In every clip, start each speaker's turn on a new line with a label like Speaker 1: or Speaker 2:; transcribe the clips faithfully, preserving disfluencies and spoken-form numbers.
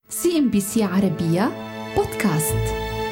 Speaker 1: سي إم بي سي عربية بودكاست.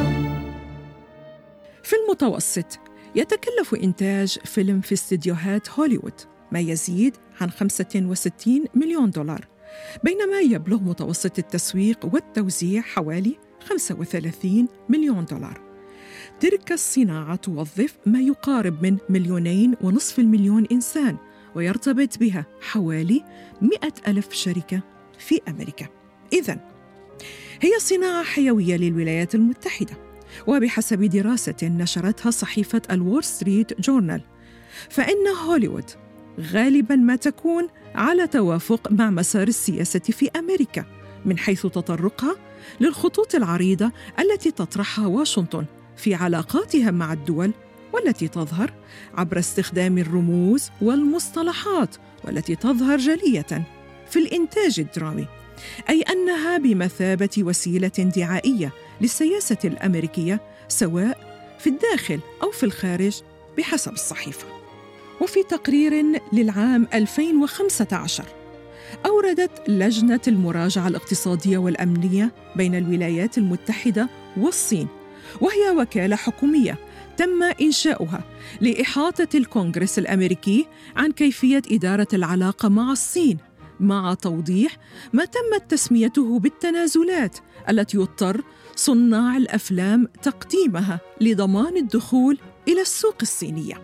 Speaker 2: في المتوسط يتكلف إنتاج فيلم في استديوهات هوليوود ما يزيد عن خمسة وستين مليون دولار، بينما يبلغ متوسط التسويق والتوزيع حوالي خمسة وثلاثين مليون دولار. تلك الصناعة توظف ما يقارب من مليونين ونصف المليون إنسان، ويرتبط بها حوالي مئة ألف شركة في أمريكا. إذن هي صناعة حيوية للولايات المتحدة، وبحسب دراسة نشرتها صحيفة الوول ستريت جورنال، فإن هوليوود غالباً ما تكون على توافق مع مسار السياسة في أمريكا من حيث تطرقها للخطوط العريضة التي تطرحها واشنطن في علاقاتها مع الدول، والتي تظهر عبر استخدام الرموز والمصطلحات والتي تظهر جلية في الإنتاج الدرامي، أي أنها بمثابة وسيلة دعائية للسياسة الأمريكية سواء في الداخل أو في الخارج بحسب الصحيفة. وفي تقرير للعام ألفين وخمسة عشر أوردت لجنة المراجعة الاقتصادية والأمنية بين الولايات المتحدة والصين، وهي وكالة حكومية تم إنشاؤها لإحاطة الكونغرس الأمريكي عن كيفية إدارة العلاقة مع الصين، مع توضيح ما تمت تسميته بالتنازلات التي يضطر صناع الأفلام تقديمها لضمان الدخول إلى السوق الصينية.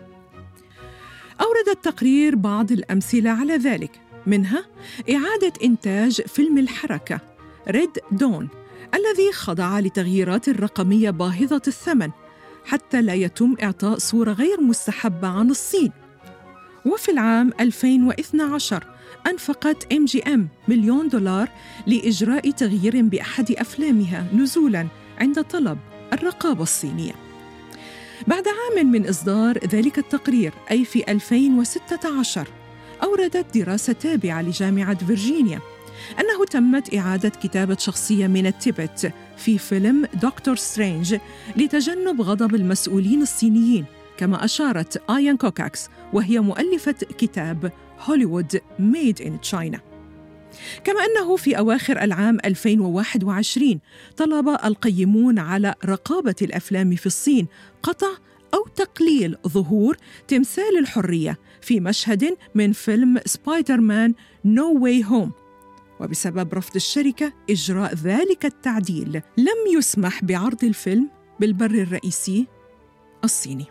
Speaker 2: أورد التقرير بعض الأمثلة على ذلك، منها إعادة إنتاج فيلم الحركة ريد دون الذي خضع لتغييرات رقمية باهظة الثمن حتى لا يتم إعطاء صورة غير مستحبة عن الصين. وفي العام ألفين واثني عشر أنفقت إم جي إم مليون دولار لإجراء تغيير بأحد أفلامها نزولاً عند طلب الرقابة الصينية. بعد عام من إصدار ذلك التقرير، أي في ألفين وستة عشر، أوردت دراسة تابعة لجامعة فيرجينيا أنه تمت إعادة كتابة شخصية من التبت في فيلم دكتور سترينج لتجنب غضب المسؤولين الصينيين، كما أشارت آيان كوكاكس وهي مؤلفة كتاب هوليوود ميد إن تشاينا. كما أنه في أواخر العام ألفين وواحد وعشرين طلب القيمون على رقابة الأفلام في الصين قطع أو تقليل ظهور تمثال الحرية في مشهد من فيلم سبايدر مان نو واي هوم، وبسبب رفض الشركة إجراء ذلك التعديل لم يسمح بعرض الفيلم بالبر الرئيسي الصيني.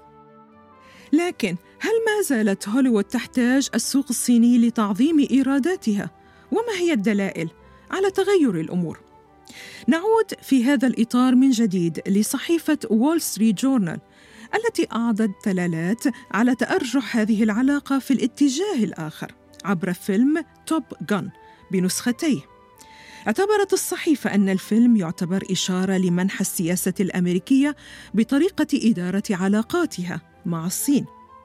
Speaker 2: لكن هل ما زالت هوليوود تحتاج السوق الصيني لتعظيم إيراداتها؟ وما هي الدلائل على تغير الأمور؟ نعود في هذا الإطار من جديد لصحيفة وول ستريت جورنال التي أعطت دلالات على تأرجح هذه العلاقة في الاتجاه الآخر عبر فيلم توب غان بنسختيه. اعتبرت الصحيفة أن الفيلم يعتبر إشارة لمنح السياسة الأمريكية بطريقة إدارة علاقاتها مع الصين.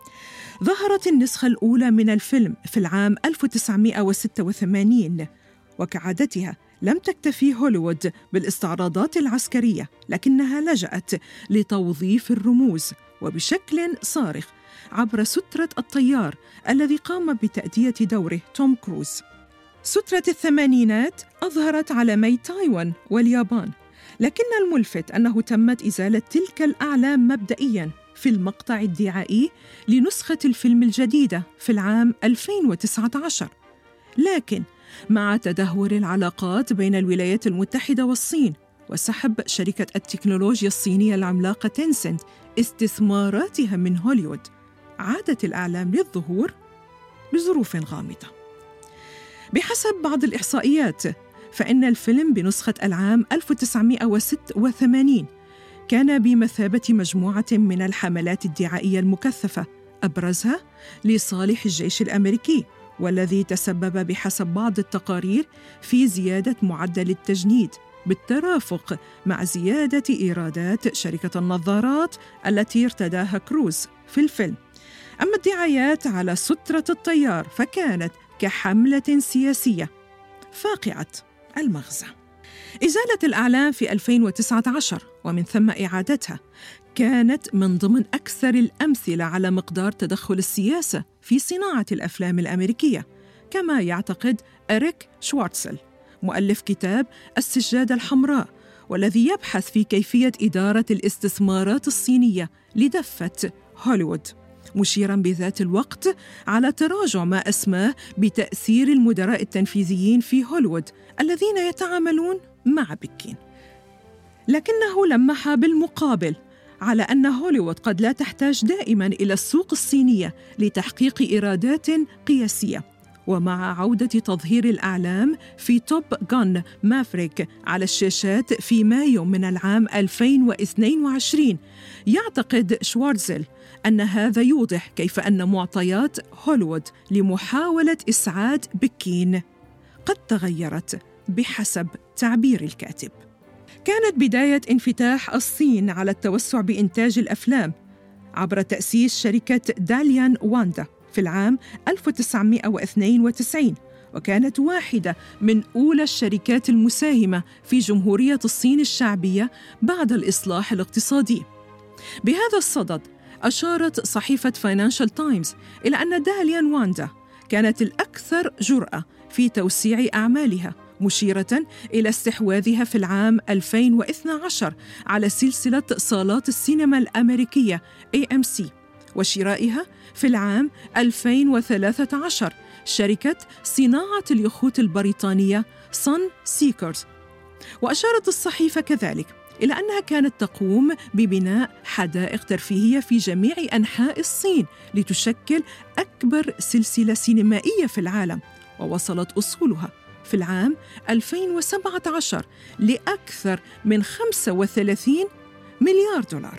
Speaker 2: ظهرت النسخة الأولى من الفيلم في العام ألف وتسعمائة وستة وثمانين، وكعادتها لم تكتفي هوليوود بالاستعراضات العسكرية، لكنها لجأت لتوظيف الرموز وبشكل صارخ عبر سترة الطيار الذي قام بتأدية دوره توم كروز. سترة الثمانينات أظهرت علمي تايوان واليابان، لكن الملفت أنه تمت إزالة تلك الأعلام مبدئياً في المقطع الدعائي لنسخة الفيلم الجديدة في العام ألفين وتسعة عشر. لكن مع تدهور العلاقات بين الولايات المتحدة والصين وسحب شركة التكنولوجيا الصينية العملاقة تنسنت استثماراتها من هوليوود، عادت الأعلام للظهور لظروف غامضة. بحسب بعض الإحصائيات، فإن الفيلم بنسخة العام ألف وتسعمائة وستة وثمانين كان بمثابة مجموعة من الحملات الدعائية المكثفة، أبرزها لصالح الجيش الأمريكي، والذي تسبب بحسب بعض التقارير في زيادة معدل التجنيد بالترافق مع زيادة إيرادات شركة النظارات التي ارتداها كروز في الفيلم. أما الدعايات على سترة الطيار فكانت كحملة سياسية فاقعة المغزى. إزالة الأعلام في ألفين وتسعة عشر ومن ثم إعادتها كانت من ضمن أكثر الأمثلة على مقدار تدخل السياسة في صناعة الأفلام الأمريكية، كما يعتقد إريك شوارتزل مؤلف كتاب السجادة الحمراء، والذي يبحث في كيفية إدارة الاستثمارات الصينية لدفة هوليوود، مشيراً بذات الوقت على تراجع ما أسماه بتأثير المدراء التنفيذيين في هوليوود الذين يتعاملون مع بكين. لكنه لمح بالمقابل على أن هوليوود قد لا تحتاج دائماً إلى السوق الصينية لتحقيق إيرادات قياسية. ومع عودة تظهير الأعلام في توب غان مافريك على الشاشات في مايو من العام ألفين واثنين وعشرين، يعتقد شوارتزل أن هذا يوضح كيف أن معطيات هوليوود لمحاولة إسعاد بكين قد تغيرت بحسب تعبير الكاتب. كانت بداية انفتاح الصين على التوسع بإنتاج الأفلام عبر تأسيس شركة داليان واندا في العام ألف وتسعمائة واثنين وتسعين، وكانت واحدة من أولى الشركات المساهمة في جمهورية الصين الشعبية بعد الإصلاح الاقتصادي. بهذا الصدد أشارت صحيفة فاينانشال تايمز إلى أن داليان واندا كانت الأكثر جرأة في توسيع أعمالها، مشيرة إلى استحواذها في العام ألفين واثني عشر على سلسلة صالات السينما الأمريكية إيه إم سي، وشرائها في العام ألفين وثلاثة عشر شركة صناعة اليخوت البريطانية سان سيكرز. وأشارت الصحيفة كذلك إلى أنها كانت تقوم ببناء حدائق ترفيهية في جميع أنحاء الصين لتشكل أكبر سلسلة سينمائية في العالم، ووصلت أصولها في العام ألفين وسبعة عشر لأكثر من خمسة وثلاثين مليار دولار.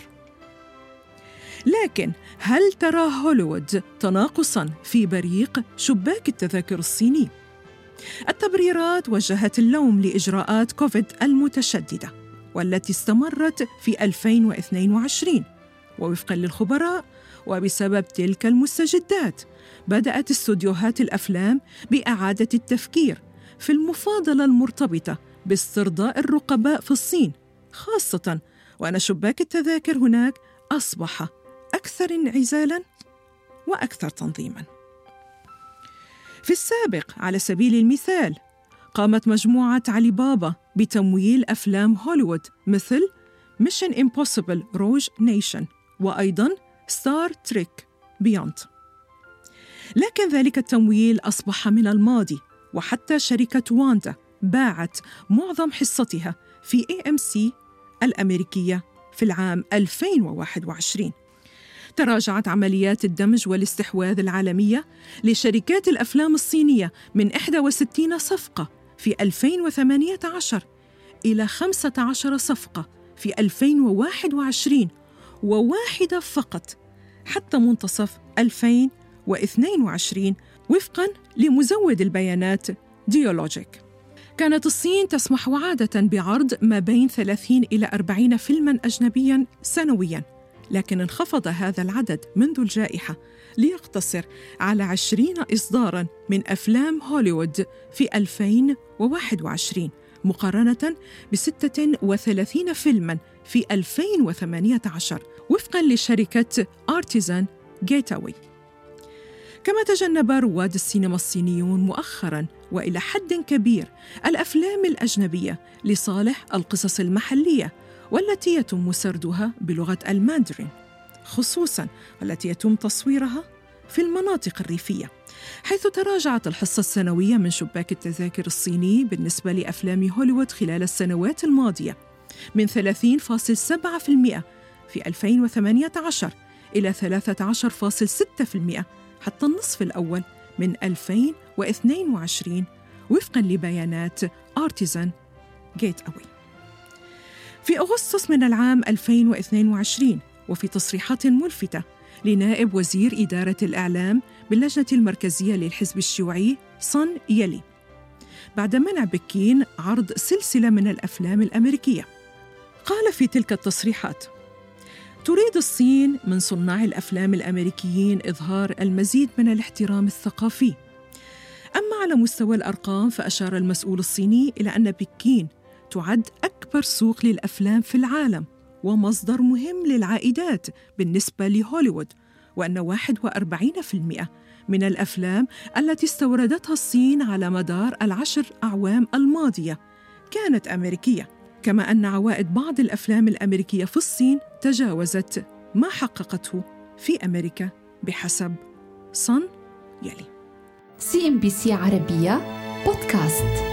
Speaker 2: لكن هل ترى هوليوود تناقصاً في بريق شباك التذاكر الصيني؟ التبريرات وجهت اللوم لإجراءات كوفيد المتشددة والتي استمرت في ألفين واثنين وعشرين، ووفقاً للخبراء وبسبب تلك المستجدات بدأت استوديوهات الأفلام بإعادة التفكير في المفاضلة المرتبطة باسترضاء الرقباء في الصين، خاصة وأن شباك التذاكر هناك أصبح أكثر انعزالاً وأكثر تنظيماً. في السابق على سبيل المثال قامت مجموعة علي بابا بتمويل أفلام هوليوود مثل ميشن إمبوسيبل روج نيشن وأيضاً ستار تريك بيوند، لكن ذلك التمويل أصبح من الماضي، وحتى شركة واندا باعت معظم حصتها في إيه إم سي الأمريكية في العام ألفين وواحد وعشرين. تراجعت عمليات الدمج والاستحواذ العالمية لشركات الأفلام الصينية من إحدى وستين صفقة في ألفين وثمانية عشر إلى خمسة عشر صفقة في ألفين وواحد وعشرين، وواحدة فقط حتى منتصف ألفين واثنين وعشرين وفقاً لمزود البيانات ديولوجيك. كانت الصين تسمح عادة بعرض ما بين ثلاثين إلى أربعين فيلماً أجنبياً سنوياً، لكن انخفض هذا العدد منذ الجائحة ليقتصر على عشرين إصداراً من أفلام هوليوود في ألفين وواحد وعشرين مقارنة بستة وثلاثين فيلماً في ألفين وثمانية عشر وفقاً لشركة آرتيزان جيتاوي. كما تجنب رواد السينما الصينيون مؤخراً وإلى حد كبير الأفلام الأجنبية لصالح القصص المحلية والتي يتم سردها بلغة الماندرين، خصوصاً والتي يتم تصويرها في المناطق الريفية، حيث تراجعت الحصة السنوية من شباك التذاكر الصيني بالنسبة لأفلام هوليوود خلال السنوات الماضية من ثلاثين فاصلة سبعة بالمئة في ألفين وثمانية عشر إلى ثلاثة عشر فاصلة ستة بالمئة حتى النصف الأول من ألفين واثنين وعشرين وفقاً لبيانات آرتيزان جيتاوي. في أغسطس من العام ألفين واثنين وعشرين وفي تصريحات ملفتة لنائب وزير إدارة الإعلام باللجنة المركزية للحزب الشيوعي سون يلي بعد منع بكين عرض سلسلة من الأفلام الأمريكية، قال في تلك التصريحات: تريد الصين من صناع الأفلام الأمريكيين إظهار المزيد من الاحترام الثقافي. أما على مستوى الأرقام فأشار المسؤول الصيني إلى أن بكين تعد أكبر سوق للأفلام في العالم ومصدر مهم للعائدات بالنسبة لهوليوود، وأن واحد وأربعين بالمئة من الأفلام التي استوردتها الصين على مدار العشر أعوام الماضية كانت أمريكية، كما أن عوائد بعض الأفلام الأمريكية في الصين تجاوزت ما حققته في أمريكا بحسب صن يلي.
Speaker 1: سي إم بي سي عربية بودكاست.